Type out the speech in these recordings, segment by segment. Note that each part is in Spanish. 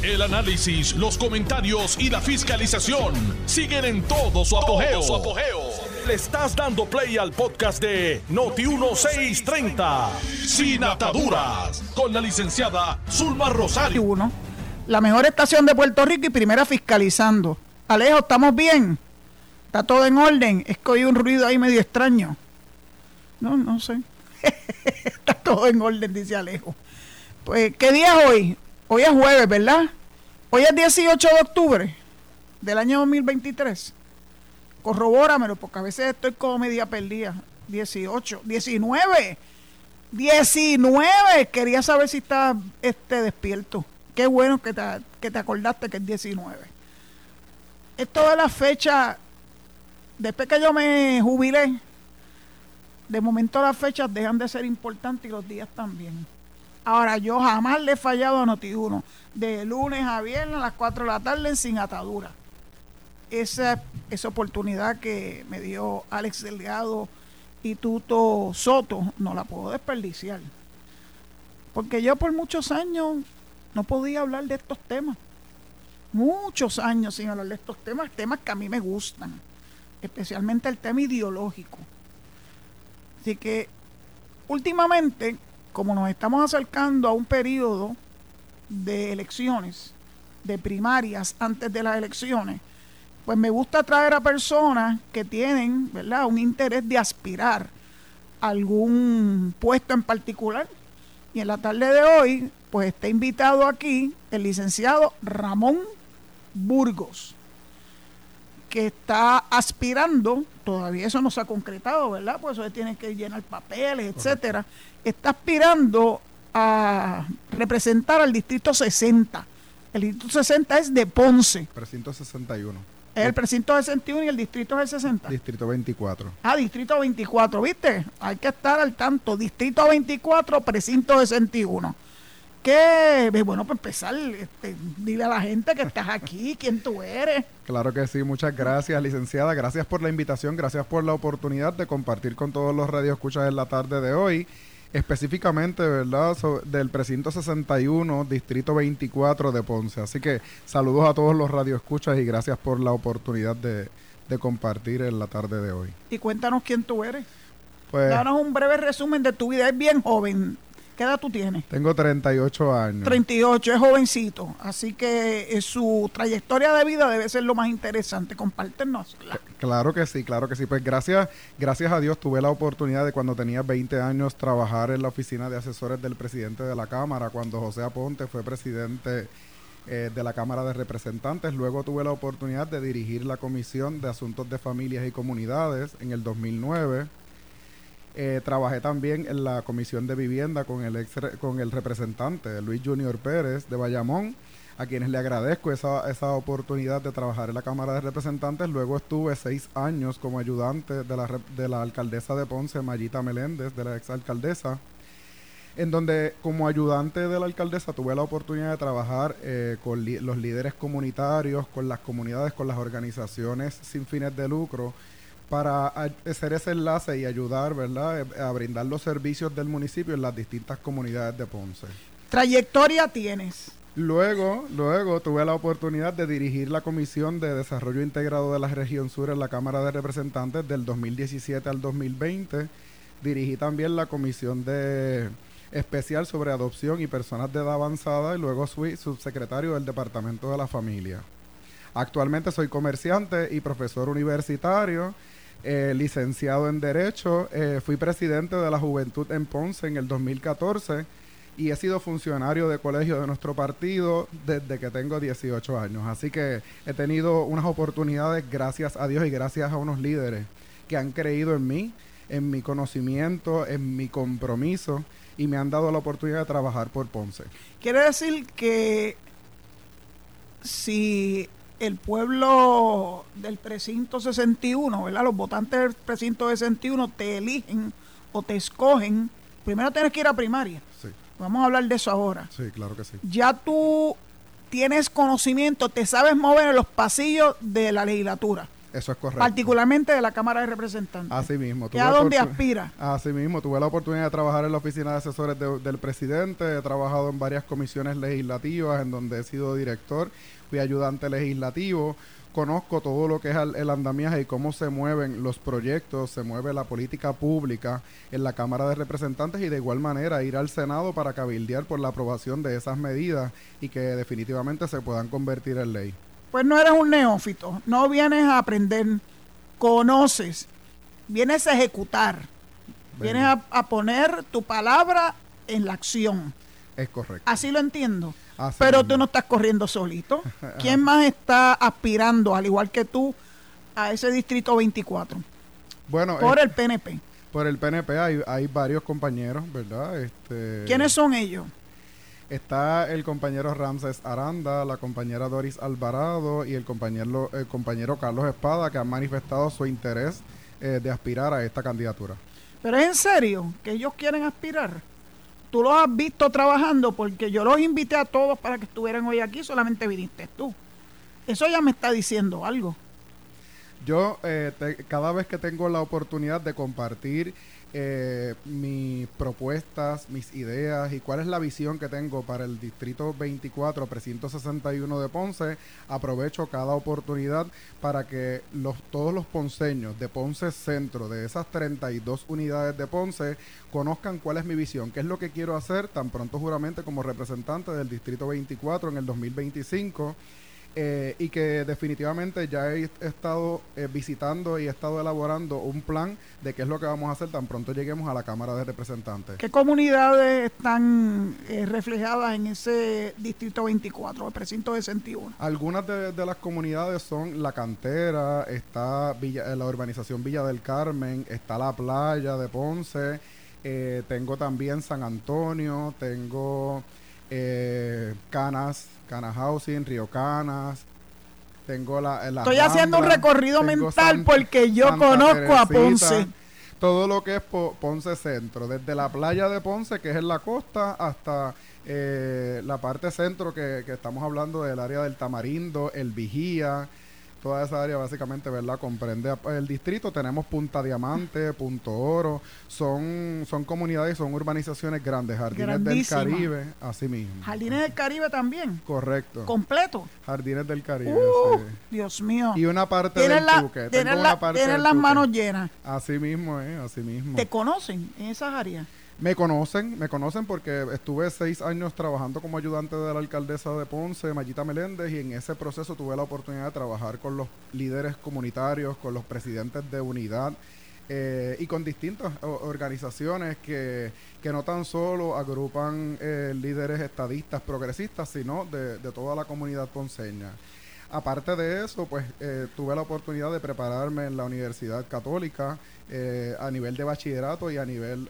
El análisis, los comentarios y la fiscalización siguen en todo su apogeo. Le estás dando play al podcast de Noti1630, Sin Ataduras, con la licenciada Zulma Rosario. La mejor estación de Puerto Rico y primera fiscalizando. Alejo, ¿estamos bien? ¿Está todo en orden? Es que oí un ruido ahí medio extraño. No sé. Está todo en orden, dice Alejo. Pues, ¿qué día es hoy? Hoy es jueves, ¿verdad? Hoy es 18 de octubre del año 2023. Corrobóramelo, porque a veces estoy como media perdida. 19. Quería saber si estás despierto. Qué bueno que te acordaste que es 19. Esto de la fecha, después que yo me jubilé, de momento las fechas dejan de ser importantes y los días también. Ahora, yo jamás le he fallado a Noti1, de lunes a viernes a las 4 de la tarde en Sin Atadura. Esa oportunidad que me dio Alex Delgado y Tuto Soto, no la puedo desperdiciar. Porque yo por muchos años no podía hablar de estos temas. Muchos años sin hablar de estos temas que a mí me gustan, especialmente el tema ideológico. Así que, últimamente, como nos estamos acercando a un periodo de elecciones, de primarias antes de las elecciones, pues me gusta traer a personas que tienen, ¿verdad?, un interés de aspirar a algún puesto en particular. Y en la tarde de hoy, pues está invitado aquí el licenciado Ramón Burgos, que está aspirando, todavía eso no se ha concretado, ¿verdad? Pues eso tiene que llenar papeles, etcétera. Está aspirando a representar al Distrito 60. El Distrito 60 es de Ponce. Precinto 61. Es el Precinto 61 y el Distrito es el 60. Distrito 24. Distrito 24, ¿viste? Hay que estar al tanto. Distrito 24, Precinto 61. Bueno, para empezar, dile a la gente que estás aquí, quién tú eres. Claro que sí, muchas gracias, licenciada. Gracias por la invitación, gracias por la oportunidad de compartir con todos los radioescuchas en la tarde de hoy. Específicamente, ¿verdad?, del Precinto 61, Distrito 24 de Ponce. Así que saludos a todos los radioescuchas y gracias por la oportunidad de compartir en la tarde de hoy. Y cuéntanos quién tú eres. Pues, danos un breve resumen de tu vida. Es bien joven. ¿Qué edad tú tienes? Tengo 38 años. 38, es jovencito. Así que su trayectoria de vida debe ser lo más interesante. Compártenos. Claro que sí, claro que sí. Pues gracias a Dios tuve la oportunidad de, cuando tenía 20 años, trabajar en la oficina de asesores del presidente de la Cámara, cuando José Aponte fue presidente de la Cámara de Representantes. Luego tuve la oportunidad de dirigir la Comisión de Asuntos de Familias y Comunidades en el 2009. Trabajé también en la Comisión de Vivienda con el representante Luis Junior Pérez de Bayamón, a quienes le agradezco esa oportunidad de trabajar en la Cámara de Representantes. Luego estuve 6 años como ayudante de la alcaldesa de Ponce, Mayita Meléndez, de la exalcaldesa, en donde como ayudante de la alcaldesa tuve la oportunidad de trabajar con los líderes comunitarios, con las comunidades, con las organizaciones sin fines de lucro, para hacer ese enlace y ayudar, ¿verdad?, a brindar los servicios del municipio en las distintas comunidades de Ponce. ¿Trayectoria tienes? Luego tuve la oportunidad de dirigir la Comisión de Desarrollo Integrado de la Región Sur en la Cámara de Representantes del 2017 al 2020. Dirigí también la Comisión Especial sobre Adopción y Personas de Edad Avanzada y luego fui subsecretario del Departamento de la Familia. Actualmente soy comerciante y profesor universitario. Licenciado en Derecho, fui presidente de la Juventud en Ponce en el 2014 y he sido funcionario de colegio de nuestro partido desde que tengo 18 años. Así que he tenido unas oportunidades, gracias a Dios y gracias a unos líderes que han creído en mí, en mi conocimiento, en mi compromiso y me han dado la oportunidad de trabajar por Ponce. Quiere decir que si el pueblo del precinto 61, ¿verdad?, los votantes del precinto 61 te eligen o te escogen, primero tienes que ir a primaria. Sí. Vamos a hablar de eso ahora. Sí, claro que sí. Ya tú tienes conocimiento, te sabes mover en los pasillos de la legislatura. Eso es correcto. Particularmente de la Cámara de Representantes. Así mismo. ¿Y a dónde aspira? Así mismo. Tuve la oportunidad de trabajar en la oficina de asesores del presidente. He trabajado en varias comisiones legislativas en donde he sido director. Fui ayudante legislativo. Conozco todo lo que es el andamiaje y cómo se mueven los proyectos, se mueve la política pública en la Cámara de Representantes y de igual manera ir al Senado para cabildear por la aprobación de esas medidas y que definitivamente se puedan convertir en ley. Pues no eres un neófito, no vienes a aprender, conoces, vienes a ejecutar, vienes a poner tu palabra en la acción. Es correcto. Así lo entiendo. Así pero mismo. tú no estás corriendo solito. ¿Quién más está aspirando, al igual que tú, a ese distrito 24? Bueno, por el PNP. Por el PNP hay varios compañeros, ¿verdad? ¿Quiénes son ellos? Está el compañero Ramses Aranda, la compañera Doris Alvarado y el compañero Carlos Espada, que han manifestado su interés de aspirar a esta candidatura. ¿Pero es en serio que ellos quieren aspirar? Tú los has visto trabajando, porque yo los invité a todos para que estuvieran hoy aquí, solamente viniste tú. Eso ya me está diciendo algo. Yo cada vez que tengo la oportunidad de compartir mis propuestas, mis ideas y cuál es la visión que tengo para el Distrito 24, Precinto 61 de Ponce, aprovecho cada oportunidad para que todos los ponceños de Ponce Centro, de esas 32 unidades de Ponce, conozcan cuál es mi visión, qué es lo que quiero hacer tan pronto juramente como representante del Distrito 24 en el 2025. Y que definitivamente ya he estado visitando y he estado elaborando un plan de qué es lo que vamos a hacer tan pronto lleguemos a la Cámara de Representantes. ¿Qué comunidades están reflejadas en ese Distrito 24, el precinto de 61? Algunas de las comunidades son La Cantera, está la urbanización Villa del Carmen, está la playa de Ponce, tengo también San Antonio, tengo Canas Housing, Río Canas, tengo la Estoy haciendo un recorrido mental porque yo Santa conozco Teresita, a Ponce. Todo lo que es Ponce Centro, desde la playa de Ponce, que es en la costa, hasta la parte centro, que estamos hablando del área del Tamarindo, el Vigía, toda esa área básicamente, ¿verdad? Comprende el distrito. Tenemos Punta Diamante, Punto Oro, son comunidades, son urbanizaciones grandes, Jardines del Caribe, así mismo. Jardines del Caribe también. Correcto. ¿Completo? Jardines del Caribe, sí. Dios mío. Y una parte del Tuque. Tienen las manos llenas. Así mismo, así mismo. ¿Te conocen en esas áreas? Me conocen porque estuve 6 años trabajando como ayudante de la alcaldesa de Ponce, Mayita Meléndez, y en ese proceso tuve la oportunidad de trabajar con los líderes comunitarios, con los presidentes de unidad y con distintas organizaciones que no tan solo agrupan líderes estadistas progresistas, sino de toda la comunidad ponceña. Aparte de eso, pues tuve la oportunidad de prepararme en la Universidad Católica a nivel de bachillerato y a nivel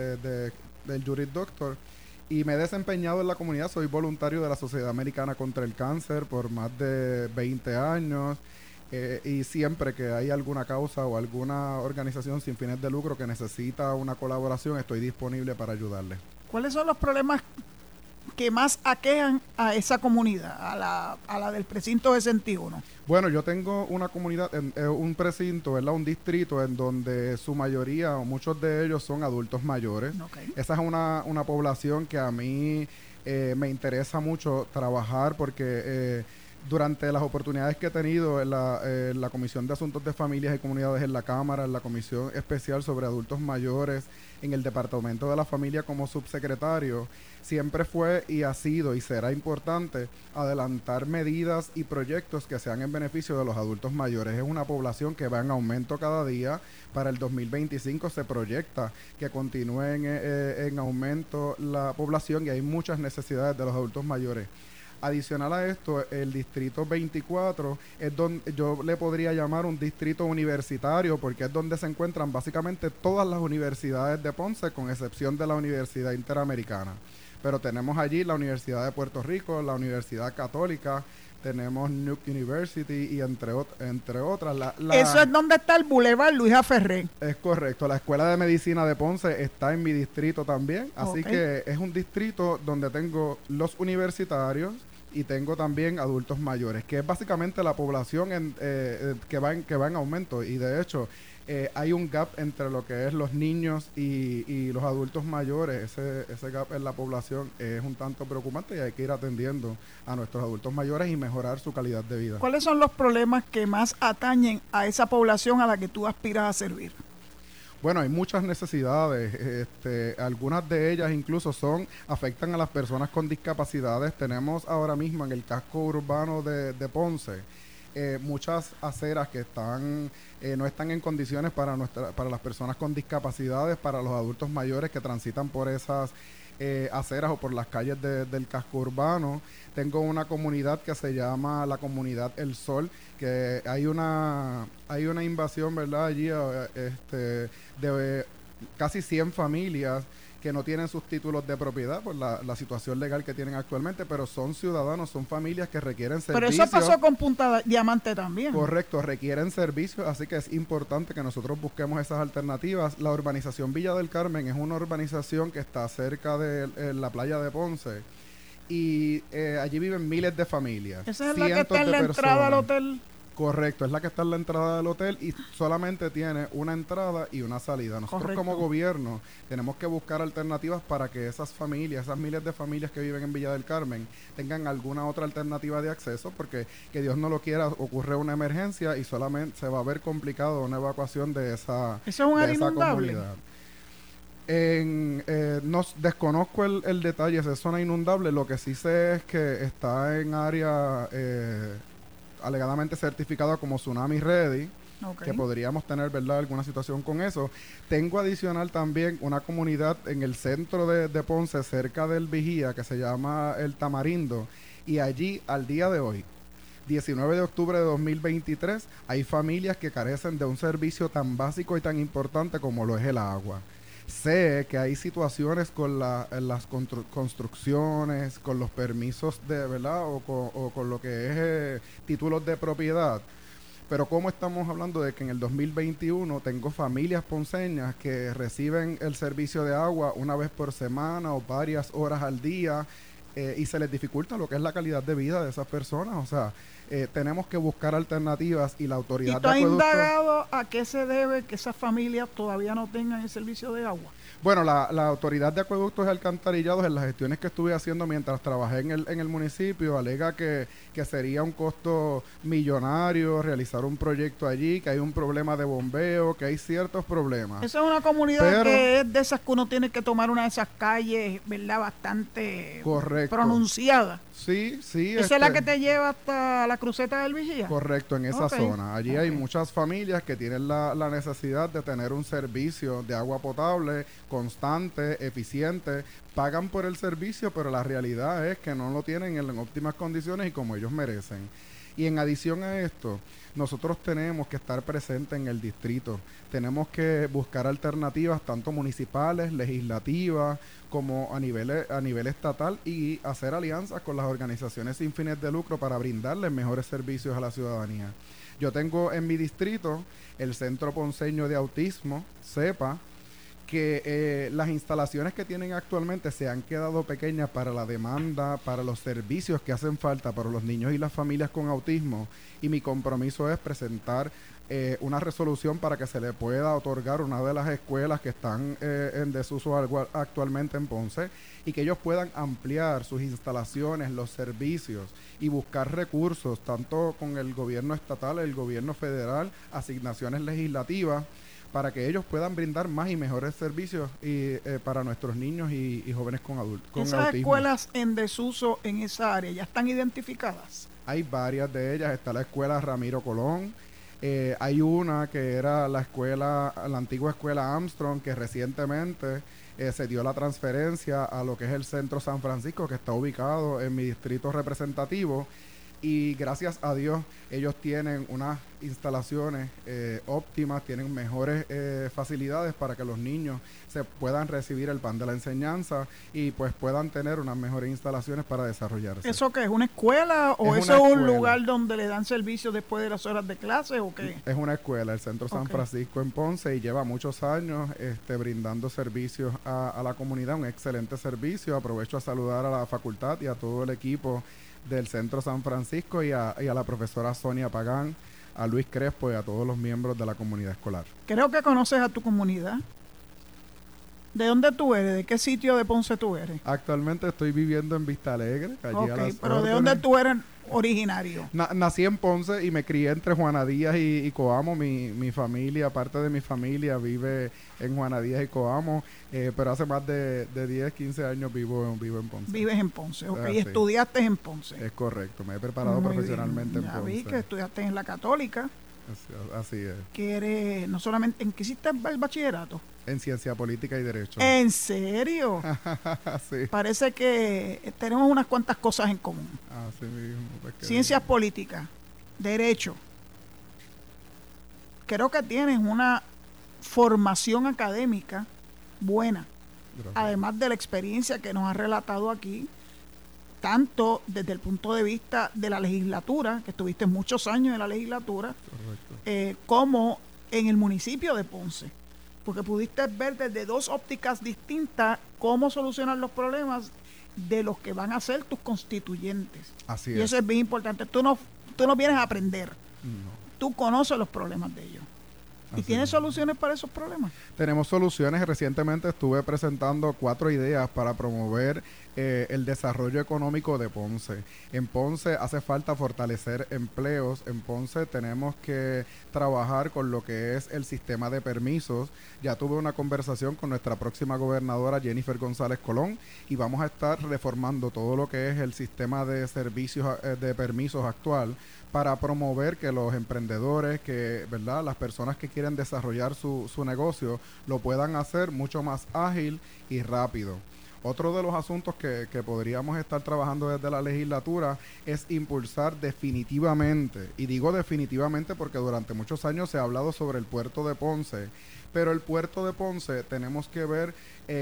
del Juris Doctor. Y me he desempeñado en la comunidad. Soy voluntario de la Sociedad Americana contra el Cáncer por más de 20 años. Y siempre que hay alguna causa o alguna organización sin fines de lucro que necesita una colaboración, estoy disponible para ayudarle. ¿Cuáles son los problemas que más aquejan a esa comunidad, a la del precinto 61? Bueno, yo tengo una comunidad, un precinto, ¿verdad? Un distrito en donde su mayoría o muchos de ellos son adultos mayores. Okay. Esa es una población que a mí me interesa mucho trabajar porque durante las oportunidades que he tenido en la Comisión de Asuntos de Familias y Comunidades en la Cámara, en la Comisión Especial sobre Adultos Mayores, en el Departamento de la Familia como subsecretario, siempre fue y ha sido y será importante adelantar medidas y proyectos que sean en beneficio de los adultos mayores. Es una población que va en aumento cada día. Para el 2025 se proyecta que continúe en aumento la población y hay muchas necesidades de los adultos mayores. Adicional a esto, el distrito 24 es donde yo le podría llamar un distrito universitario porque es donde se encuentran básicamente todas las universidades de Ponce, con excepción de la Universidad Interamericana. Pero tenemos allí la Universidad de Puerto Rico, la Universidad Católica, tenemos Nuke University y entre otras. Eso es donde está el Boulevard Luisa Ferré. Es correcto. La Escuela de Medicina de Ponce está en mi distrito también. Así que es un distrito donde tengo los universitarios y tengo también adultos mayores, que es básicamente la población que va en aumento. Y de hecho, hay un gap entre lo que es los niños y los adultos mayores. Ese gap en la población es un tanto preocupante y hay que ir atendiendo a nuestros adultos mayores y mejorar su calidad de vida. ¿Cuáles son los problemas que más atañen a esa población a la que tú aspiras a servir? Bueno, hay muchas necesidades, algunas de ellas incluso afectan a las personas con discapacidades. Tenemos ahora mismo en el casco urbano de Ponce muchas aceras que no están en condiciones para las personas con discapacidades, para los adultos mayores que transitan por esas aceras o por las calles del casco urbano. Tengo una comunidad que se llama la comunidad El Sol, que hay una invasión, ¿verdad? Allí de casi 100 familias que no tienen sus títulos de propiedad por la situación legal que tienen actualmente, pero son ciudadanos, son familias que requieren servicios. Pero eso pasó con Punta Diamante también. Correcto, requieren servicios, así que es importante que nosotros busquemos esas alternativas. La urbanización Villa del Carmen es una urbanización que está cerca de la playa de Ponce y allí viven miles de familias. ¿Esa es la que está en la entrada al hotel? Correcto, es la que está en la entrada del hotel y solamente tiene una entrada y una salida. Nosotros como gobierno tenemos que buscar alternativas para que esas familias, esas miles de familias que viven en Villa del Carmen tengan alguna otra alternativa de acceso, porque que Dios no lo quiera, ocurre una emergencia y solamente se va a ver complicado una evacuación de esa comunidad. ¿Eso es un área inundable? No desconozco el detalle de zona inundable. Lo que sí sé es que está en área alegadamente certificada como Tsunami Ready, que podríamos tener, ¿verdad?, alguna situación con eso. Tengo adicional también una comunidad en el centro de Ponce, cerca del Vigía, que se llama El Tamarindo, y allí, al día de hoy, 19 de octubre de 2023, hay familias que carecen de un servicio tan básico y tan importante como lo es el agua. Sé que hay situaciones con las construcciones, con los permisos de, ¿verdad?, o con lo que es títulos de propiedad. Pero como estamos hablando de que en el 2021 tengo familias ponceñas que reciben el servicio de agua una vez por semana o varias horas al día, y se les dificulta lo que es la calidad de vida de esas personas. O sea, tenemos que buscar alternativas y la autoridad de acueducto. ¿Y tú has indagado a qué se debe que esas familias todavía no tengan el servicio de agua? Bueno, la autoridad de acueductos y alcantarillados, en las gestiones que estuve haciendo mientras trabajé en el municipio, alega que sería un costo millonario realizar un proyecto allí, que hay un problema de bombeo, que hay ciertos problemas. Esa es una comunidad que es de esas que uno tiene que tomar una de esas calles, ¿verdad?, bastante pronunciada. Sí. ¿Esa es la que te lleva hasta la cruceta del Vigía? Correcto, en esa zona. Allí hay muchas familias que tienen la necesidad de tener un servicio de agua potable constante, eficiente, pagan por el servicio, pero la realidad es que no lo tienen en óptimas condiciones y como ellos merecen. Y en adición a esto, nosotros tenemos que estar presentes en el distrito. Tenemos que buscar alternativas tanto municipales, legislativas, como a nivel estatal, y hacer alianzas con las organizaciones sin fines de lucro para brindarles mejores servicios a la ciudadanía. Yo tengo en mi distrito el Centro Ponceño de Autismo, CEPA, que las instalaciones que tienen actualmente se han quedado pequeñas para la demanda, para los servicios que hacen falta para los niños y las familias con autismo, y mi compromiso es presentar una resolución para que se le pueda otorgar una de las escuelas que están en desuso actualmente en Ponce, y que ellos puedan ampliar sus instalaciones, los servicios, y buscar recursos tanto con el gobierno estatal, el gobierno federal, asignaciones legislativas, para que ellos puedan brindar más y mejores servicios para nuestros niños y jóvenes con autismo. ¿Esas escuelas en desuso en esa área ya están identificadas? Hay varias de ellas. Está la escuela Ramiro Colón. Hay una que era la antigua escuela Armstrong, que recientemente se dio la transferencia a lo que es el Centro San Francisco, que está ubicado en mi distrito representativo. Y gracias a Dios ellos tienen unas instalaciones óptimas, tienen mejores facilidades para que los niños se puedan recibir el pan de la enseñanza y pues puedan tener unas mejores instalaciones para desarrollarse. ¿Eso qué es? ¿Una escuela o eso es un lugar donde le dan servicio después de las horas de clase o qué? Es una escuela, el Centro San Francisco en Ponce, y lleva muchos años brindando servicios a la comunidad, un excelente servicio. Aprovecho a saludar a la facultad y a todo el equipo del Centro San Francisco y a la profesora Sonia Pagán, a Luis Crespo y a todos los miembros de la comunidad escolar. Creo que conoces a tu comunidad. ¿De dónde tú eres? ¿De qué sitio de Ponce tú eres? Actualmente estoy viviendo en Vista Alegre. Allí a las pero ¿de órdenes. dónde tú eres originario? Nací en Ponce y me crié entre Juana Díaz y Coamo. Mi familia, parte de mi familia vive en Juana Díaz y Coamo, pero hace más de 10, 15 años vivo en Ponce. Vives en Ponce, ok. Y Sí. estudiaste en Ponce. Es correcto, me he preparado Muy profesionalmente bien. en Ponce. Ya vi que estudiaste en la Católica, Así es. que eres, no solamente, ¿en qué hiciste el bachillerato? En Ciencia Política y Derecho. ¿En serio? Sí. Parece que tenemos unas cuantas cosas en común. Así mismo. Pues Ciencias políticas, derecho. Creo que tienes una formación académica buena, Gracias. además de la experiencia que nos has relatado aquí, tanto desde el punto de vista de la legislatura, que estuviste muchos años en la legislatura, Correcto. como en el municipio de Ponce, porque pudiste ver desde dos ópticas distintas cómo solucionar los problemas de los que van a ser tus constituyentes. Así Y es. eso es bien importante. Tú no vienes a aprender, No. tú conoces los problemas de ellos. ¿Y Así tienes es. soluciones para esos problemas? Tenemos soluciones. Recientemente estuve presentando 4 ideas para promover el desarrollo económico de Ponce. En Ponce hace falta fortalecer empleos. En Ponce tenemos que trabajar con lo que es el sistema de permisos. Ya tuve una conversación con nuestra próxima gobernadora, Jennifer González Colón, y vamos a estar reformando todo lo que es el sistema de servicios de permisos actual para promover que los emprendedores, que, ¿verdad?, las personas que quieren desarrollar su negocio lo puedan hacer mucho más ágil y rápido. Otro de los asuntos que podríamos estar trabajando desde la legislatura es impulsar definitivamente, y digo definitivamente porque durante muchos años se ha hablado sobre el puerto de Ponce, pero el puerto de Ponce tenemos que ver,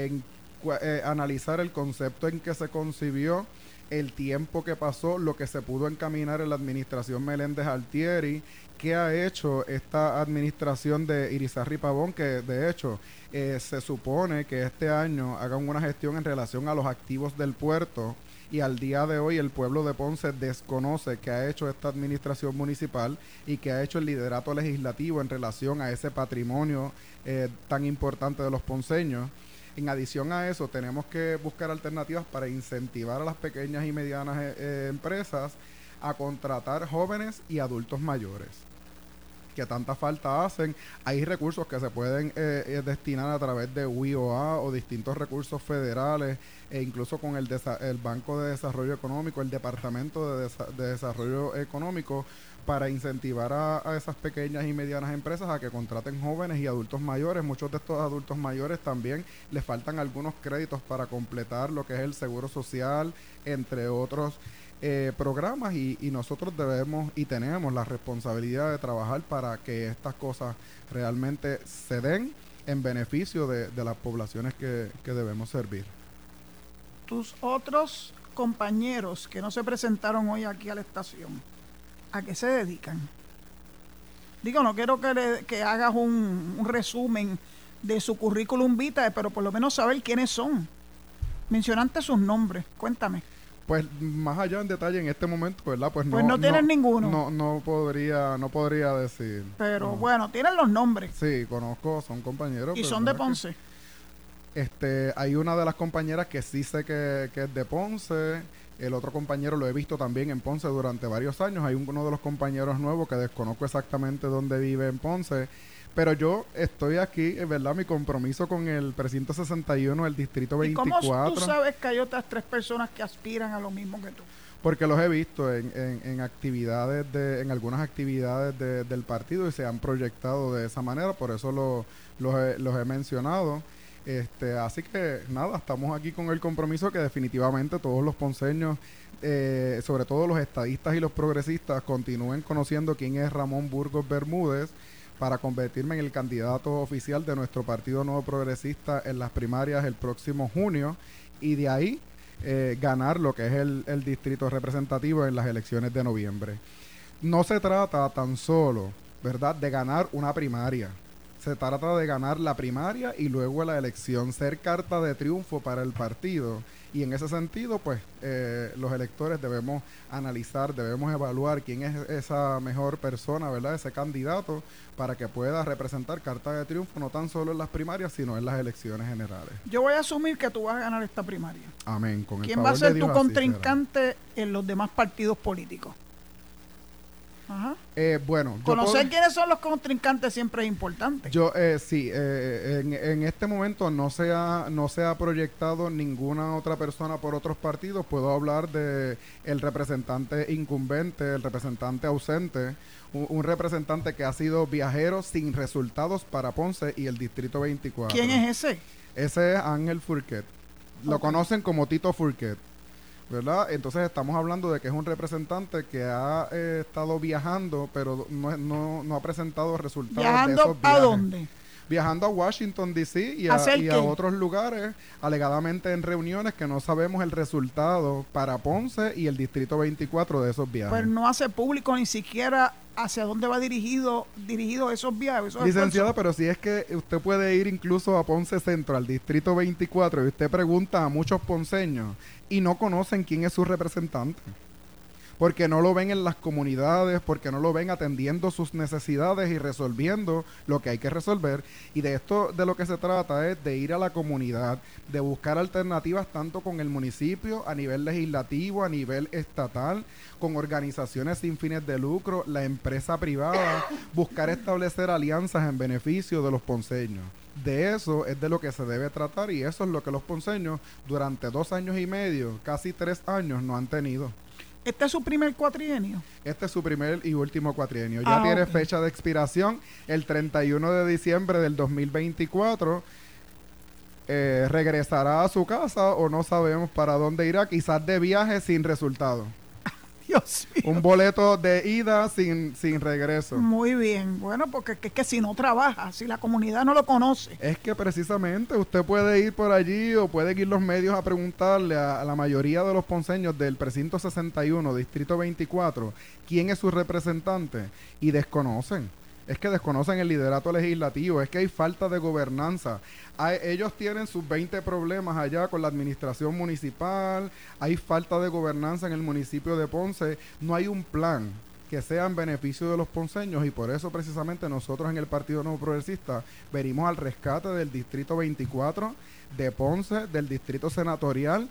analizar el concepto en que se concibió, el tiempo que pasó, lo que se pudo encaminar en la administración Meléndez Altieri, qué ha hecho esta administración de Irizarry Pavón, que de hecho se supone que este año hagan una gestión en relación a los activos del puerto, y al día de hoy el pueblo de Ponce desconoce qué ha hecho esta administración municipal y qué ha hecho el liderato legislativo en relación a ese patrimonio tan importante de los ponceños. En adición a eso, tenemos que buscar alternativas para incentivar a las pequeñas y medianas empresas a contratar jóvenes y adultos mayores, que tanta falta hacen. Hay recursos que se pueden destinar a través de WIOA o distintos recursos federales, e incluso con el Banco de Desarrollo Económico, el Departamento de Desarrollo Económico, para incentivar a esas pequeñas y medianas empresas a que contraten jóvenes y adultos mayores. Muchos de estos adultos mayores también les faltan algunos créditos para completar lo que es el seguro social, entre otros programas, y nosotros debemos y tenemos la responsabilidad de trabajar para que estas cosas realmente se den en beneficio de las poblaciones que debemos servir. Tus otros compañeros que no se presentaron hoy aquí a la estación, ¿a qué se dedican? Digo, no quiero que hagas un resumen de su currículum vitae, pero por lo menos saber quiénes son. Mencionaste sus nombres, cuéntame. Pues más allá en detalle en este momento, ¿verdad? Pues no tienes ninguno. No podría decir. Pero no. bueno, tienen los nombres. Sí, conozco, son compañeros. ¿Y son de Ponce? Hay una de las compañeras que sí sé que es de Ponce. El otro compañero lo he visto también en Ponce durante varios años. Hay uno de los compañeros nuevos que desconozco exactamente dónde vive en Ponce. Pero yo estoy aquí, ¿verdad? Mi compromiso con el precinto 61 del distrito 24. ¿Y cómo tú sabes que hay otras 3 personas que aspiran a lo mismo que tú? Porque los he visto en actividades en algunas actividades del partido, y se han proyectado de esa manera. Por eso los he mencionado. Así que nada, estamos aquí con el compromiso que definitivamente todos los ponceños, sobre todo los estadistas y los progresistas, continúen conociendo quién es Ramón Burgos Bermúdez, para convertirme en el candidato oficial de nuestro Partido Nuevo Progresista en las primarias el próximo junio, y de ahí ganar lo que es el distrito representativo en las elecciones de noviembre. No se trata tan solo, ¿verdad?, de ganar una primaria. se trata de ganar la primaria y luego la elección, ser carta de triunfo para el partido. Y en ese sentido, pues, los electores debemos analizar, debemos evaluar quién es esa mejor persona, ¿verdad? Ese candidato para que pueda representar carta de triunfo no tan solo en las primarias, sino en las elecciones generales. Yo voy a asumir que tú vas a ganar esta primaria. Amén. Con el ¿Quién va a ser tu contrincante en los demás partidos políticos? Ajá. Bueno, conocer quiénes son los contrincantes siempre es importante. Sí, en este momento no se ha proyectado ninguna otra persona por otros partidos. Puedo hablar de el representante incumbente, el representante ausente, un representante que ha sido viajero sin resultados para Ponce y el Distrito 24. ¿Quién es ese? Ese es Ángel Fourquet. Lo conocen como Tito Fourquet, ¿verdad? Entonces estamos hablando de que es un representante que ha estado viajando, pero no ha presentado resultados de esos viajes. ¿Viajando a dónde? Viajando a Washington, D.C. y a otros lugares, alegadamente en reuniones que no sabemos el resultado para Ponce y el Distrito 24 de esos viajes. Pero no hace público ni siquiera hacia dónde va dirigido esos viajes. Licenciada, pero si es que usted puede ir incluso a Ponce Centro, al Distrito 24, y usted pregunta a muchos ponceños y no conocen quién es su representante. Porque no lo ven en las comunidades, porque no lo ven atendiendo sus necesidades y resolviendo lo que hay que resolver. Y de esto de lo que se trata es de ir a la comunidad, de buscar alternativas tanto con el municipio, a nivel legislativo, a nivel estatal, con organizaciones sin fines de lucro, la empresa privada, buscar establecer alianzas en beneficio de los ponceños. De eso es de lo que se debe tratar y eso es lo que los ponceños durante 2 años y medio, casi 3 años, no han tenido. ¿Este es su primer cuatrienio? Este es su primer y último cuatrienio. Ya tiene fecha de expiración el 31 de diciembre del 2024. Regresará a su casa o no sabemos para dónde irá, quizás de viaje sin resultado. Dios mío. Un boleto de ida sin regreso. Muy bien. Bueno, porque es que si no trabaja, si la comunidad no lo conoce. Es que precisamente usted puede ir por allí o pueden ir los medios a preguntarle a la mayoría de los ponceños del precinto 61, distrito 24, quién es su representante y desconocen. Es que desconocen el liderato legislativo, es que hay falta de gobernanza. Ellos tienen sus 20 problemas allá con la administración municipal, hay falta de gobernanza en el municipio de Ponce, no hay un plan que sea en beneficio de los ponceños y por eso precisamente nosotros en el Partido Nuevo Progresista venimos al rescate del Distrito 24, de Ponce, del Distrito Senatorial,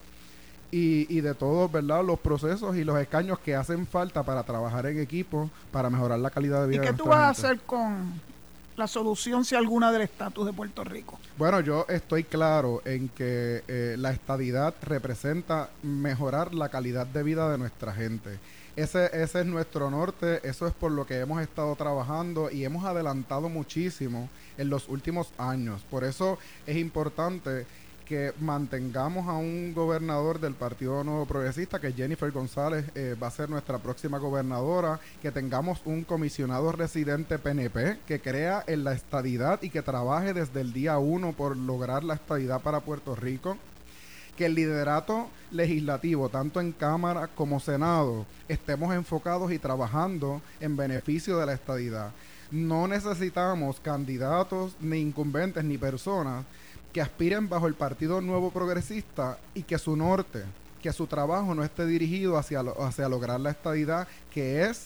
y de todos, ¿verdad?, los procesos y los escaños que hacen falta para trabajar en equipo, para mejorar la calidad de vida de nuestra gente. ¿Y qué tú vas a hacer con la solución, si alguna, del estatus de Puerto Rico? Bueno, yo estoy claro en que la estadidad representa mejorar la calidad de vida de nuestra gente. Ese es nuestro norte, eso es por lo que hemos estado trabajando y hemos adelantado muchísimo en los últimos años. Por eso es importante que mantengamos a un gobernador del Partido Nuevo Progresista, que Jennifer González va a ser nuestra próxima gobernadora, que tengamos un comisionado residente PNP que crea en la estadidad y que trabaje desde el día 1 por lograr la estadidad para Puerto Rico, que el liderato legislativo, tanto en Cámara como Senado, estemos enfocados y trabajando en beneficio de la estadidad. No necesitamos candidatos, ni incumbentes, ni personas que aspiren bajo el Partido Nuevo Progresista y que su norte, que su trabajo no esté dirigido hacia lograr la estadidad, que es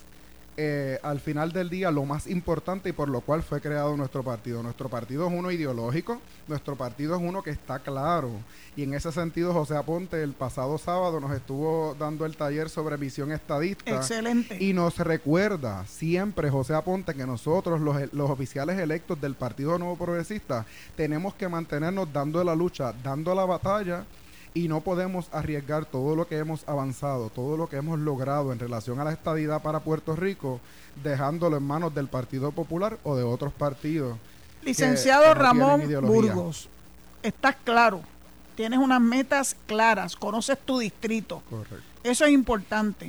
al final del día lo más importante y por lo cual fue creado nuestro partido. Nuestro partido es uno ideológico, nuestro partido es uno que está claro y en ese sentido José Aponte el pasado sábado nos estuvo dando el taller sobre visión estadista. Excelente. Y nos recuerda siempre José Aponte que nosotros los oficiales electos del Partido Nuevo Progresista tenemos que mantenernos dando la lucha, dando la batalla y no podemos arriesgar todo lo que hemos avanzado, todo lo que hemos logrado en relación a la estadidad para Puerto Rico, dejándolo en manos del Partido Popular o de otros partidos. Licenciado Ramón Burgos, estás claro, tienes unas metas claras, conoces tu distrito. Correcto. Eso es importante.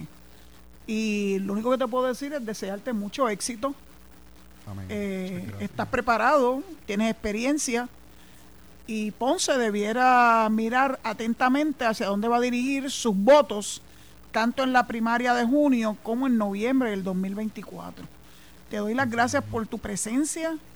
Y lo único que te puedo decir es desearte mucho éxito. Amén. Estás preparado, tienes experiencia. Y Ponce debiera mirar atentamente hacia dónde va a dirigir sus votos, tanto en la primaria de junio como en noviembre del 2024. Te doy las gracias por tu presencia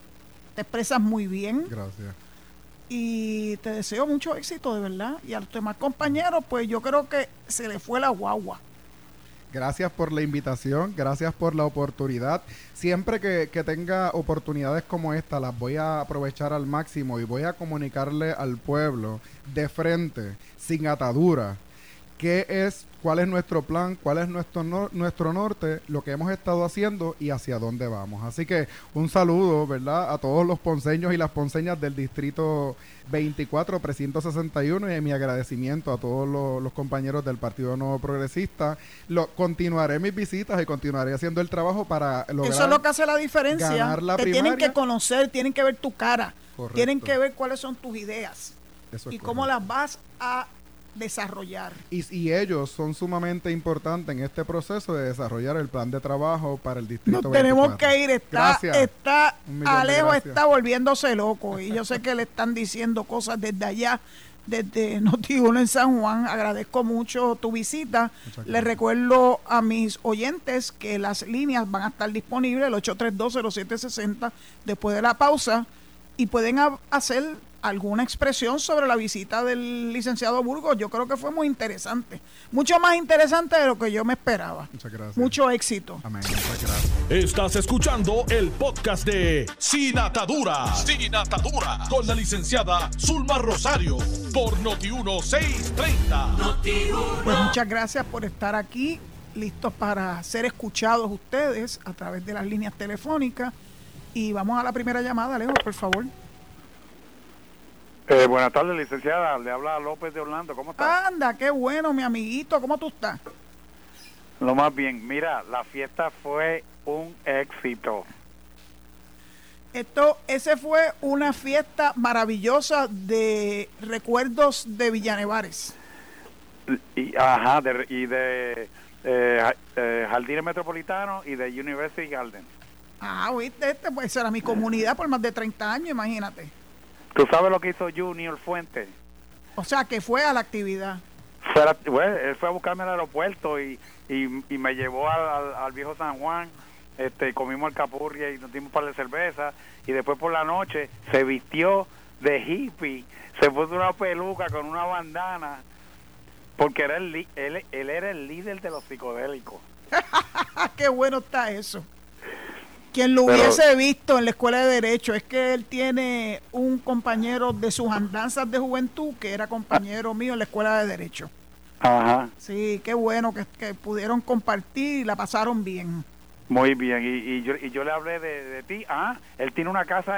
te expresas muy bien. Gracias. Y te deseo mucho éxito, de verdad. Y a los demás compañeros, pues yo creo que se le fue la guagua. Gracias por la invitación, gracias por la oportunidad. Siempre que tenga oportunidades como esta, las voy a aprovechar al máximo y voy a comunicarle al pueblo de frente, sin atadura, cuál es nuestro plan, cuál es nuestro norte, lo que hemos estado haciendo y hacia dónde vamos. Así que un saludo, ¿verdad?, a todos los ponceños y las ponceñas del Distrito 24, Precinto 61, y mi agradecimiento a todos los compañeros del Partido Nuevo Progresista. Continuaré mis visitas y continuaré haciendo el trabajo para lograr. Eso es lo que hace la diferencia. Ganar la Te primaria. tienen que conocer, tienen que ver tu cara, Correcto. tienen que ver cuáles son tus ideas Eso es y cómo correcto. las vas a desarrollar. Y ellos son sumamente importantes en este proceso de desarrollar el plan de trabajo para el Distrito 24. Nos tenemos que ir. Está Un millón de Alejo gracias. está volviéndose loco y yo sé que le están diciendo cosas desde allá, desde Noti1 en San Juan. Agradezco mucho tu visita. Les recuerdo a mis oyentes que las líneas van a estar disponibles, el 832-0760, después de la pausa, y pueden hacer alguna expresión sobre la visita del licenciado Burgos. Yo creo que fue muy interesante, mucho más interesante de lo que yo me esperaba. Muchas gracias. Mucho éxito. Amén. Muchas gracias. Estás escuchando el podcast de Sin Ataduras. Sin Ataduras. Con la licenciada Zulma Rosario. Por Noti1 630. Pues muchas gracias por estar aquí, listos para ser escuchados ustedes a través de las líneas telefónicas. Y vamos a la primera llamada, Alejo, por favor. Buenas tardes, licenciada. Le habla López de Orlando. ¿Cómo está? Anda, qué bueno, mi amiguito. ¿Cómo tú estás? Lo más bien. Mira, la fiesta fue un éxito. Ese fue una fiesta maravillosa de recuerdos de Villanevares. Y de Jardines Metropolitanos y de University Garden. Ah, oíste, pues esa era mi comunidad por más de 30 años, imagínate. ¿Tú sabes lo que hizo Junior Fuente? O sea, que fue a la actividad. Él fue a buscarme al aeropuerto y me llevó al viejo San Juan. Comimos alcapurria y nos dimos un par de cervezas, y después por la noche se vistió de hippie, se puso una peluca con una bandana, porque era él era el líder de los psicodélicos. Qué bueno está eso. Quien lo Pero hubiese visto en la escuela de Derecho, es que él tiene un compañero de sus andanzas de juventud que era compañero mío en la escuela de Derecho. Ajá. Sí, qué bueno que pudieron compartir y la pasaron bien. Muy bien, y yo le hablé de ti. Él tiene una casa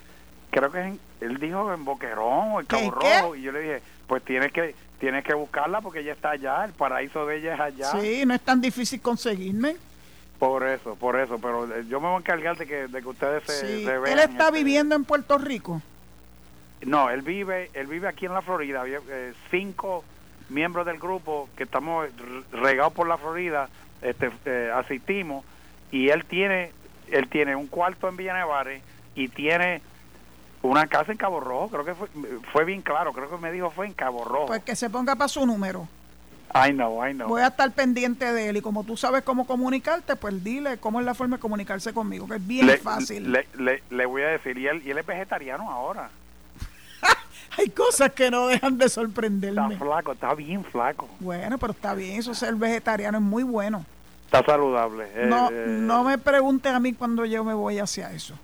él dijo en Boquerón o en Cabo Rojo, y yo le dije, pues tienes que buscarla porque ella está allá, el paraíso de ella es allá. Sí, no es tan difícil conseguirme. Por eso, pero yo me voy a encargar de que ustedes se vean. Él está viviendo en Puerto Rico. No, él vive aquí en la Florida. Había 5 miembros del grupo que estamos regados por la Florida, asistimos, y él tiene un cuarto en Villanevares y tiene una casa en Cabo Rojo. Creo que fue bien claro, creo que me dijo fue en Cabo Rojo. Pues que se ponga para su número. I know. Voy a estar pendiente de él, y como tú sabes cómo comunicarte, pues dile cómo es la forma de comunicarse conmigo, que es bien fácil. Le voy a decir, y él es vegetariano ahora. Hay cosas que no dejan de sorprenderme. Está flaco, está bien flaco. Bueno, pero está bien, eso ser vegetariano es muy bueno. Está saludable. No me preguntes a mí cuando yo me voy hacia eso.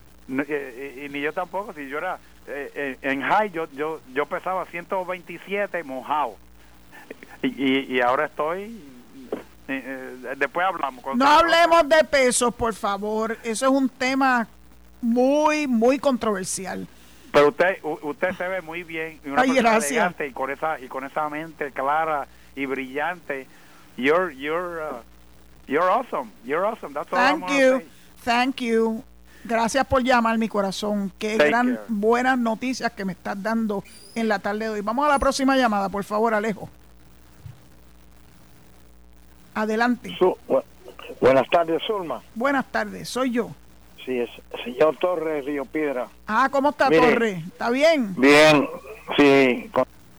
Y ni yo tampoco. Si yo era en high, yo pesaba 127 mojado. Y ahora estoy... después hablamos. No hablemos de pesos, por favor. Eso es un tema muy, muy controversial. Pero usted se ve muy bien. Y una Ay, persona gracias. elegante, y con esa mente clara y brillante. You're awesome. You're awesome. That's all I'm gonna say. Thank you. Gracias por llamar, mi corazón. Qué Take gran care. buenas noticias que me estás dando en la tarde de hoy. Vamos a la próxima llamada, por favor, Alejo. Adelante. Buenas tardes, Zulma. Buenas tardes, soy yo. Sí, es señor Torres, Río Piedra. ¿Cómo está, Mire, Torre? ¿Está bien? Bien, sí.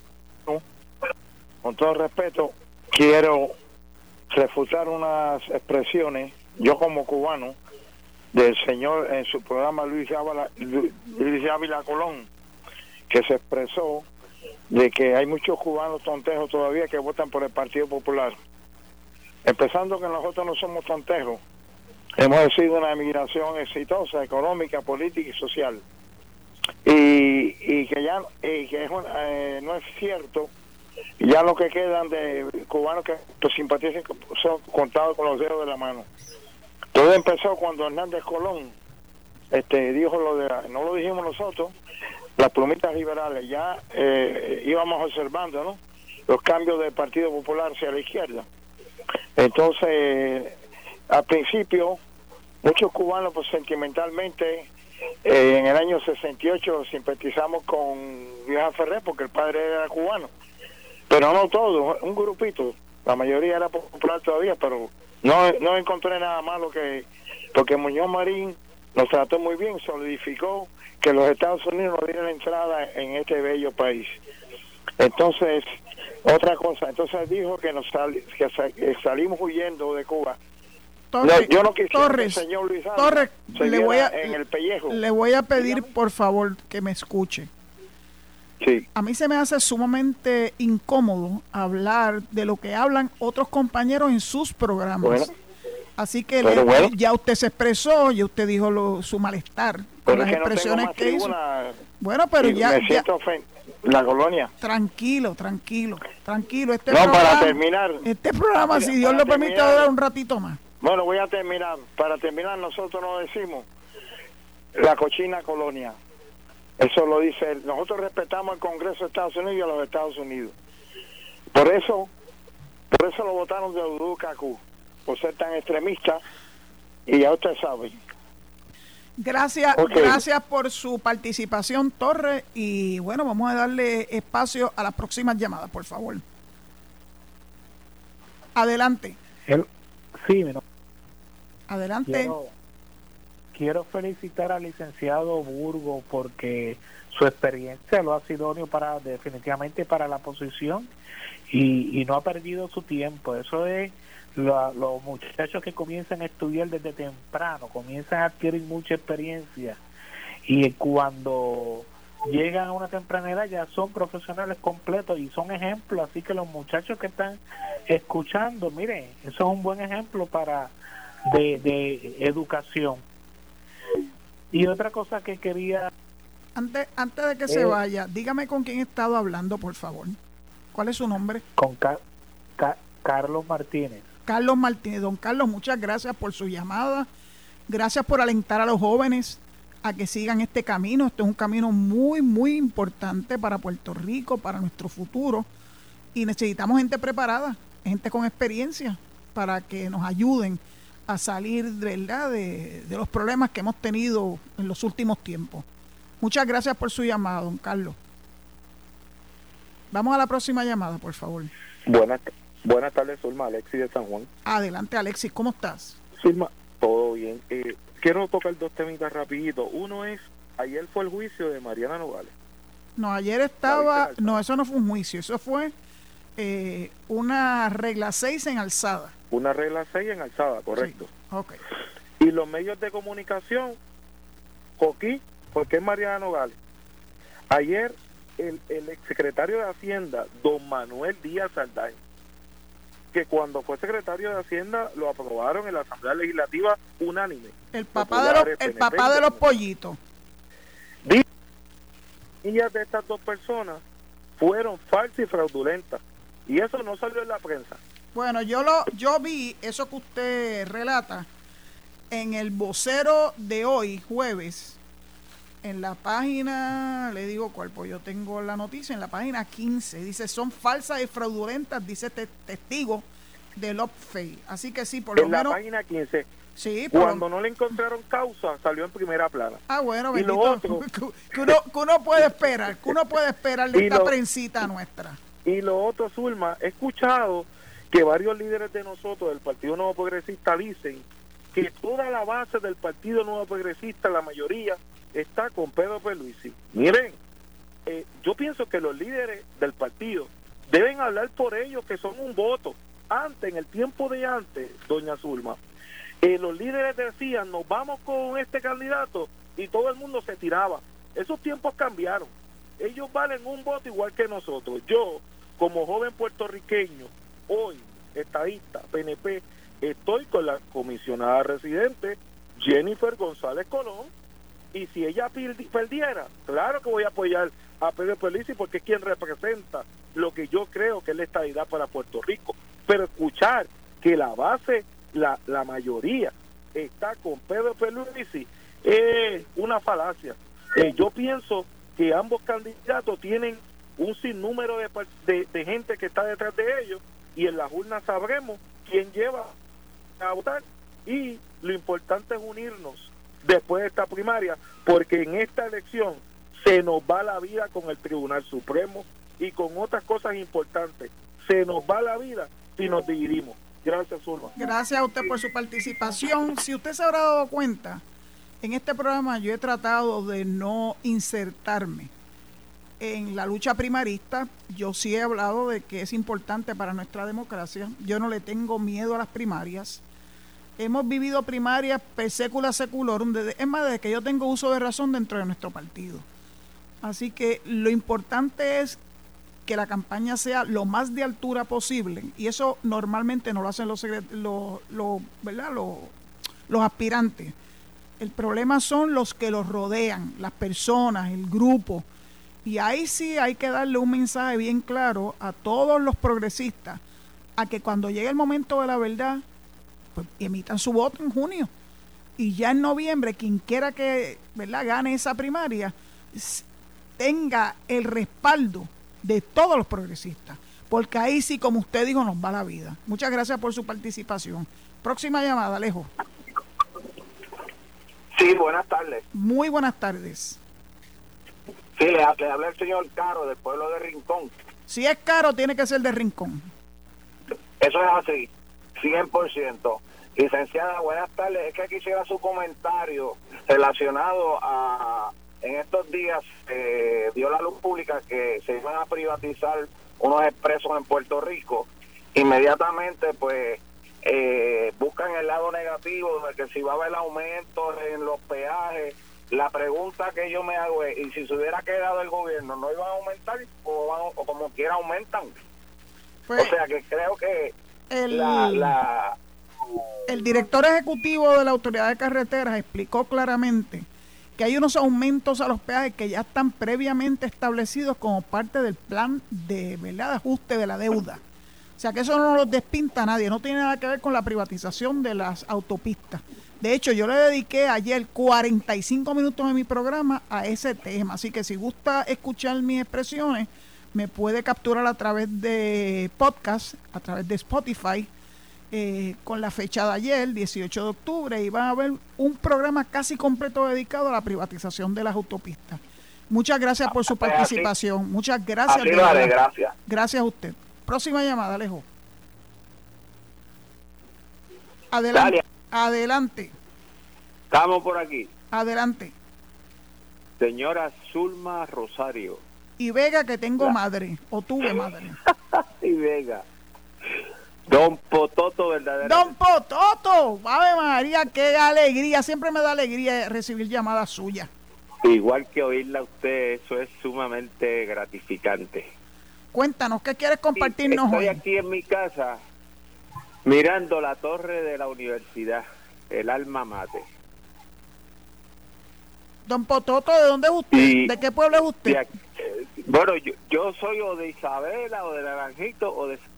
Con todo respeto, quiero refutar unas expresiones. Yo como cubano del señor en su programa Luis Ávila Colón, que se expresó de que hay muchos cubanos tontejos todavía que votan por el Partido Popular. Empezando que nosotros no somos tontejos. Hemos sido una emigración exitosa, económica, política y social. Y que ya no es cierto, ya lo que quedan de cubanos que simpatizan son contados con los dedos de la mano. Todo empezó cuando Hernández Colón dijo no lo dijimos nosotros, las plumitas liberales, ya íbamos observando, ¿no?, los cambios del Partido Popular hacia la izquierda. Entonces, al principio, muchos cubanos, pues sentimentalmente, en el año 68 simpatizamos con Vieja Ferrer porque el padre era cubano, pero no todos, un grupito, la mayoría era popular todavía, pero no encontré nada malo porque Muñoz Marín nos trató muy bien, solidificó que los Estados Unidos nos dieran entrada en este bello país. Entonces, otra cosa, entonces dijo que que salimos huyendo de Cuba. Torres, yo no quisiera Torres, que el señor Luis Torres, en el pellejo. Le voy a pedir, por favor, que me escuche. Sí. A mí se me hace sumamente incómodo hablar de lo que hablan otros compañeros en sus programas. Bueno, así que bueno, ya usted se expresó, ya usted dijo su malestar con las expresiones que hizo. Bueno, pero ya... Me siento la colonia. Tranquilo. Para terminar. Este programa, si Dios lo permite, va a durar un ratito más. Bueno, voy a terminar. Para terminar, nosotros no decimos la cochina colonia. Eso lo dice él. Nosotros respetamos el Congreso de Estados Unidos y a los Estados Unidos. Por eso lo votaron de Uducacú, por ser tan extremista, y ya usted sabe. Gracias, Okay. Gracias por su participación, Torres, y bueno, vamos a darle espacio a las próximas llamadas, por favor. Adelante. Sí, Adelante. Quiero felicitar al licenciado Burgo porque su experiencia lo hace idóneo definitivamente para la posición y no ha perdido su tiempo. Eso es los muchachos que comienzan a estudiar desde temprano, comienzan a adquirir mucha experiencia y cuando llegan a una temprana edad ya son profesionales completos y son ejemplos. Así que los muchachos que están escuchando, miren, eso es un buen ejemplo de educación. Y otra cosa que quería... Antes de que se vaya, dígame con quién he estado hablando, por favor. ¿Cuál es su nombre? Con Carlos Martínez. Carlos Martínez. Don Carlos, muchas gracias por su llamada. Gracias por alentar a los jóvenes a que sigan este camino. Este es un camino muy, muy importante para Puerto Rico, para nuestro futuro. Y necesitamos gente preparada, gente con experiencia, para que nos ayuden a salir, ¿verdad?, de los problemas que hemos tenido en los últimos tiempos. Muchas gracias por su llamada, don Carlos. Vamos a la próxima llamada, por favor. Buenas tardes, Zulma. Alexis de San Juan. Adelante, Alexis, ¿cómo estás? Zulma, todo bien. Quiero tocar dos temitas rapidito. Uno es, ayer fue el juicio de Mariana Nogales. No, ayer estaba... No, eso no fue un juicio, eso fue una regla 6 en alzada. Una regla 6 en alzada, correcto. Sí. Okay. Y los medios de comunicación, Coquí, porque es Mariana Nogales. Ayer el exsecretario de Hacienda, don Manuel Díaz Saldaña, que cuando fue secretario de Hacienda lo aprobaron en la Asamblea Legislativa unánime. El papá de los pollitos. Niñas de estas dos personas fueron falsas y fraudulentas. Y eso no salió en la prensa. Bueno, yo vi eso que usted relata en el Vocero de hoy, jueves, en la página, le digo cuál, pues yo tengo la noticia, en la página 15, dice, son falsas y fraudulentas, dice testigo de Lopfey. Así que sí, por lo menos... En la página 15, sí, cuando no le encontraron causa, salió en primera plana. Ah, bueno, bendito, y lo otro, que uno puede esperar de esta prensita nuestra. Y lo otro, Zulma, he escuchado que varios líderes de nosotros, del Partido Nuevo Progresista, dicen que toda la base del Partido Nuevo Progresista, la mayoría, está con Pedro Pierluisi. Miren, yo pienso que los líderes del partido deben hablar por ellos, que son un voto, Antes, en el tiempo de antes, doña Zulma, los líderes decían, nos vamos con este candidato, y todo el mundo se tiraba. Esos tiempos cambiaron. Ellos valen un voto igual que nosotros. Yo, como joven puertorriqueño, hoy, estadista, PNP, estoy con la comisionada residente Jennifer González Colón, y si ella perdiera, claro que voy a apoyar a Pedro Pierluisi, porque es quien representa lo que yo creo que es la estadidad para Puerto Rico. Pero escuchar que la base, la mayoría está con Pedro Pierluisi es una falacia. Yo pienso que ambos candidatos tienen un sinnúmero de gente que está detrás de ellos, y en las urnas sabremos quién lleva a votar, y lo importante es unirnos después de esta primaria, porque en esta elección se nos va la vida con el Tribunal Supremo y con otras cosas importantes. Se nos va la vida si nos dividimos. Gracias, Zulma. Gracias a usted por su participación. Si usted se habrá dado cuenta, en este programa yo he tratado de no insertarme en la lucha primarista. Yo sí he hablado de que es importante para nuestra democracia. Yo no le tengo miedo a las primarias. Hemos vivido primarias per secula seculorum, es más, desde que yo tengo uso de razón dentro de nuestro partido. Así que lo importante es que la campaña sea lo más de altura posible, y eso normalmente no lo hacen los aspirantes. El problema son los que los rodean, las personas, el grupo, y ahí sí hay que darle un mensaje bien claro a todos los progresistas, a que cuando llegue el momento de la verdad, pues emitan su voto en junio, y ya en noviembre quien quiera que, ¿verdad?, gane esa primaria tenga el respaldo de todos los progresistas, porque ahí sí, como usted dijo, nos va la vida. Muchas gracias por su participación. Próxima llamada, Alejo. Sí, buenas tardes. Muy buenas tardes. Sí, le habla el señor Caro del pueblo de Rincón. Si es caro, tiene que ser de Rincón. Eso es así, 100%. Licenciada, buenas tardes. Es que quisiera su comentario relacionado a... En estos días dio la luz pública que se iban a privatizar unos expresos en Puerto Rico. Inmediatamente, pues, buscan el lado negativo de que si va a haber aumento en los peajes. La pregunta que yo me hago es, ¿y si se hubiera quedado el gobierno, no iban a aumentar o como quiera aumentan? Pues, o sea que creo que el director ejecutivo de la Autoridad de Carreteras explicó claramente que hay unos aumentos a los peajes que ya están previamente establecidos como parte del plan de, ¿verdad?, de ajuste de la deuda. O sea que eso no los despinta a nadie, no tiene nada que ver con la privatización de las autopistas. De hecho, yo le dediqué ayer 45 minutos de mi programa a ese tema, así que si gusta escuchar mis expresiones, me puede capturar a través de podcast, a través de Spotify, con la fecha de ayer, 18 de octubre, y van a ver un programa casi completo dedicado a la privatización de las autopistas. Muchas gracias por su participación. Así, muchas gracias. Así vale, gracias. Gracias a usted. Próxima llamada, Alejo. Adelante. Dale. Adelante. Estamos por aquí. Adelante. Señora Zulma Rosario. Y Vega, que tengo madre, o tuve madre. Y Vega. Don Pototo, verdaderamente. Don Pototo, Ave María, qué alegría. Siempre me da alegría recibir llamadas suyas. Igual que oírla a usted, eso es sumamente gratificante. Cuéntanos, ¿qué quieres compartirnos hoy? Estoy aquí en mi casa mirando la torre de la universidad, el alma mater. Don Pototo, ¿de dónde es usted? ¿De qué pueblo es usted? Bueno, yo soy o de Isabela, o de Naranjito, o de...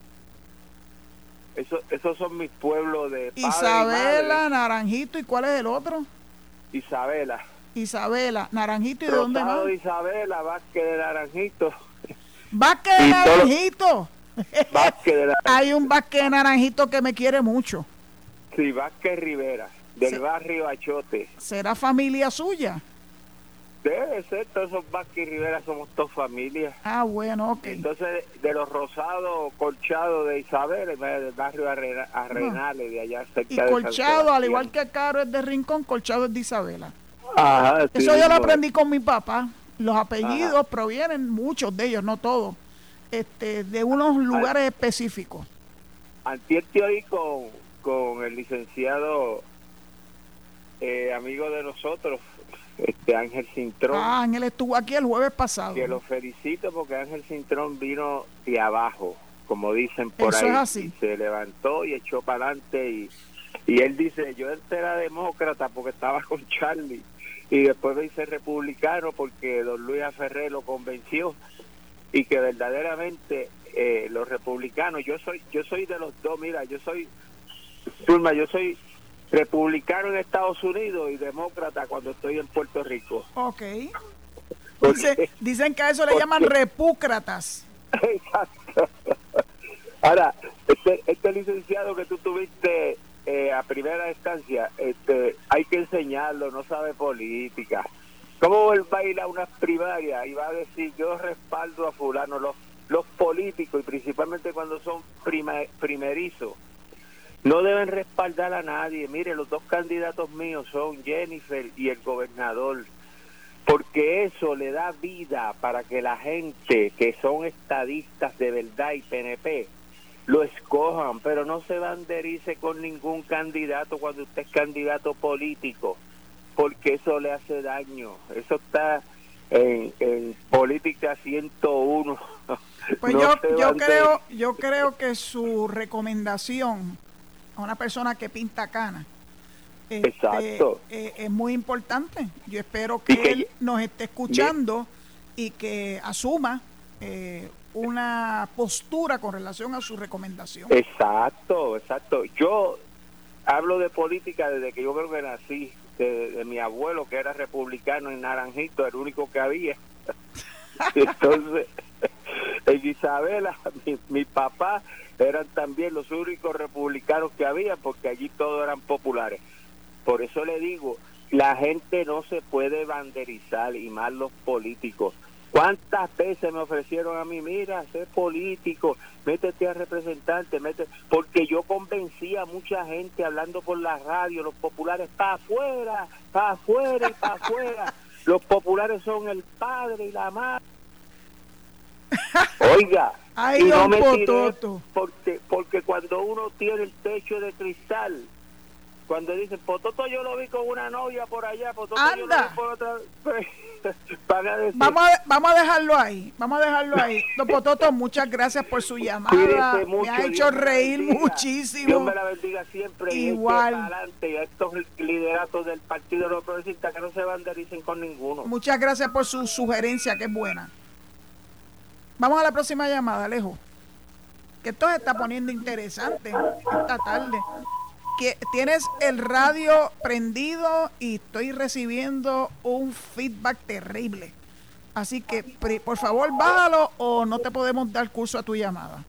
Esos son mis pueblos de padre Isabela, Naranjito, ¿y cuál es el otro? Isabela, Naranjito, ¿y de dónde más? Isabela, Vázquez de Naranjito. ¡Vázquez de Naranjito! Vázquez de Naranjito. Hay un Vázquez de Naranjito que me quiere mucho. Sí, Vázquez Rivera, del barrio Achote. ¿Será familia suya? Debe ser, todos esos Vázquez y Rivera somos dos familias. Ah, bueno, ok. Entonces, de los Rosados, Colchado de Isabel, del barrio Arenales, de allá cerca y de Colchado, al igual que Caro es de Rincón, Colchado es de Isabela. Ajá, sí, eso yo lo aprendí con mi papá. Los apellidos provienen, muchos de ellos, no todos, de unos lugares específicos. antier te oí con el licenciado amigo de nosotros, Ángel Cintrón. Ángel estuvo aquí el jueves pasado. Que lo felicito porque Ángel Cintrón vino de abajo, como dicen por Eso ahí. es así. Y se levantó y echó para adelante y él dice, yo era demócrata porque estaba con Charlie y después me hice republicano porque don Luis Ferrer lo convenció y que verdaderamente los republicanos, yo soy de los dos, mira, yo soy republicano en Estados Unidos y demócrata cuando estoy en Puerto Rico. Ok. Dicen que a eso le llaman repúcratas. Exacto. Ahora, este licenciado que tú tuviste a primera instancia, hay que enseñarlo, no sabe política. ¿Cómo él va a ir a unas primarias y va a decir yo respaldo a fulano? Los políticos, y principalmente cuando son primerizos, no deben respaldar a nadie. Mire, los dos candidatos míos son Jennifer y el gobernador, porque eso le da vida para que la gente que son estadistas de verdad y PNP lo escojan, pero no se banderice con ningún candidato cuando usted es candidato político, porque eso le hace daño. Eso está en política 101. Pues no yo creo que su recomendación a una persona que pinta canas Exacto. Es muy importante. Yo espero que él nos esté escuchando y que asuma una postura con relación a su recomendación. Exacto. Yo hablo de política desde que yo creo que nací, de mi abuelo que era republicano en Naranjito, el único que había. Entonces, en Isabela, mi papá eran también los únicos republicanos que había, porque allí todos eran populares. Por eso le digo, la gente no se puede banderizar, y más los políticos. ¿Cuántas veces me ofrecieron a mí, mira, ser político, métete a representante, porque yo convencía a mucha gente hablando por la radio, los populares, para afuera y para afuera. Los populares son el padre y la madre. Oiga, ay, y no me tiré porque cuando uno tiene el techo de cristal, cuando dicen Pototo yo lo vi con una novia por allá, Pototo yo lo vi por otra, van a decir, vamos a dejarlo ahí. Don Pototo, muchas gracias por su llamada. Mucho, me ha hecho reír muchísimo. Dios me la bendiga siempre. Igual. Y adelante, y a estos lideratos del Partido No Progresista que no se bandericen con ninguno. Muchas gracias por su sugerencia, que es buena. Vamos a la próxima llamada, Alejo, que esto se está poniendo interesante esta tarde. Que tienes el radio prendido y estoy recibiendo un feedback terrible. Así que, por favor, bájalo o no te podemos dar curso a tu llamada.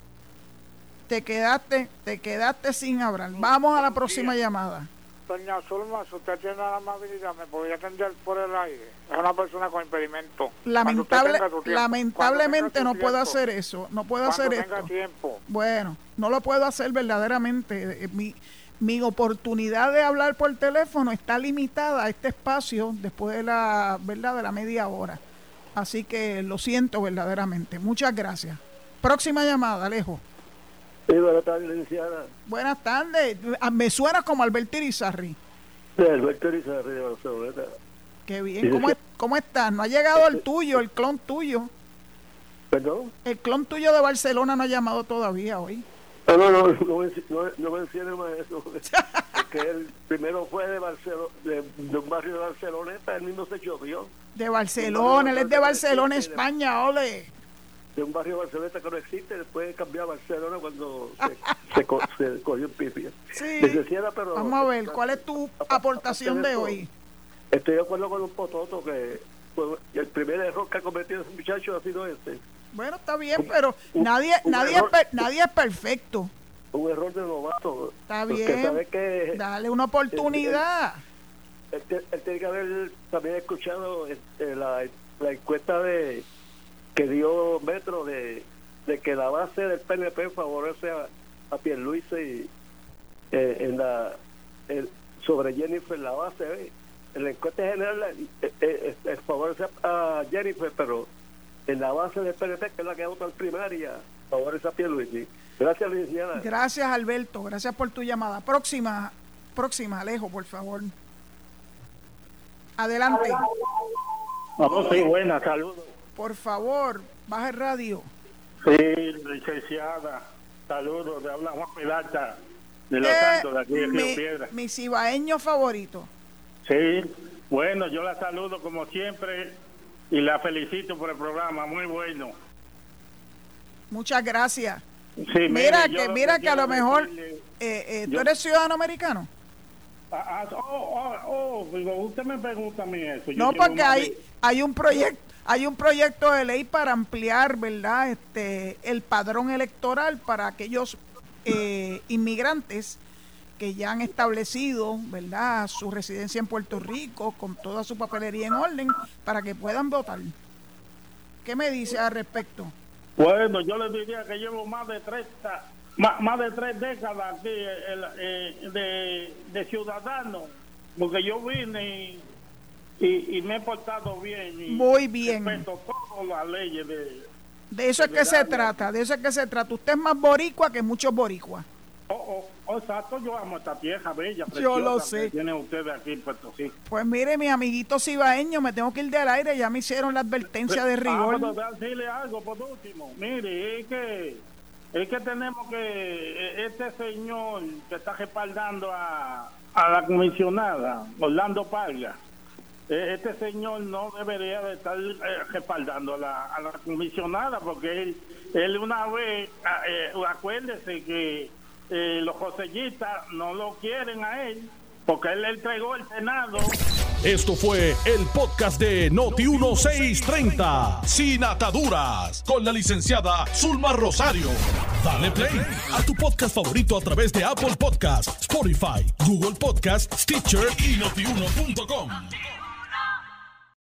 Te quedaste sin hablar. Vamos a la próxima llamada. Doña Zulma, si usted tiene la amabilidad, me podría atender por el aire. Es una persona con impedimento. Lamentablemente no puedo hacer eso. No puedo hacer esto. Tiempo. Bueno, no lo puedo hacer verdaderamente. Mi oportunidad de hablar por teléfono está limitada a este espacio después de la media hora. Así que lo siento verdaderamente. Muchas gracias. Próxima llamada, Alejo. Sí, buenas tardes, licenciada. Buenas tardes. Me suena como Alberto Irizarry. Sí, Alberto Irizarry de Barcelona. Qué bien. ¿Cómo estás? No ha llegado el tuyo, el clon tuyo. ¿Perdón? El clon tuyo de Barcelona no ha llamado todavía hoy. No mencione más eso. Porque él primero fue de Barcelona, de un barrio de Barceloneta, él mismo se chovió. De Barcelona, él es de Barcelona, España, ole. De un barrio de Barcelona que no existe, después cambió a Barcelona cuando se cogió en pipi. Sí. Pero vamos a ver, ¿cuál es tu aportación de hoy? Estoy de acuerdo con un Pototo que el primer error que ha cometido ese muchacho ha sido este. Bueno, está bien, pero nadie es perfecto. Un error de novato. Está bien, dale una oportunidad. Él tiene que haber también escuchado la encuesta que dio Metro de que la base del PNP favorece a Pierluisi sobre Jennifer. La base en la encuesta general favorece a Jennifer, pero en la base del PNP, que es la que vota en primaria, favorece a Pierluisi. Gracias, licenciada. Gracias, Alberto. Gracias por tu llamada. Próxima, Alejo, por favor. Adelante. Vamos, sí, buenas, saludos. Por favor, baja el radio. Sí, licenciada, saludos. Le habla Juan Peralta de Los Santos, de aquí de Río Piedra. Mi cibaeño favorito. Sí, bueno, yo la saludo como siempre y la felicito por el programa, muy bueno. Muchas gracias. Sí, mira que a lo mejor tú eres ciudadano americano. Usted me pregunta a mí eso. No, porque hay un proyecto de ley para ampliar, ¿verdad? El padrón electoral para aquellos inmigrantes que ya han establecido, ¿verdad?, su residencia en Puerto Rico con toda su papelería en orden para que puedan votar. ¿Qué me dice al respecto? Bueno, yo les diría que llevo más de 3 décadas aquí de ciudadano, porque yo vine y me he portado bien. Muy bien. Respeto todas las leyes de eso es que se trata, Usted es más boricua que muchos boricuas. Exacto, yo amo esta tierra bella, preciosa, yo lo sé. Que tienen ustedes aquí en Puerto Rico. Pues mire, mi amiguito cibaeño, me tengo que ir del aire, ya me hicieron la advertencia de rigor. Vamos a decirle algo por último. Mire, es que tenemos que este señor que está respaldando a la comisionada, Orlando Parga, este señor no debería de estar respaldando a la comisionada, porque él una vez, acuérdese que los josellistas no lo quieren a él, porque él le entregó el Senado. Esto fue el podcast de Noti1630, Sin Ataduras, con la licenciada Zulma Rosario. Dale play a tu podcast favorito a través de Apple Podcasts, Spotify, Google Podcasts, Stitcher y Notiuno.com.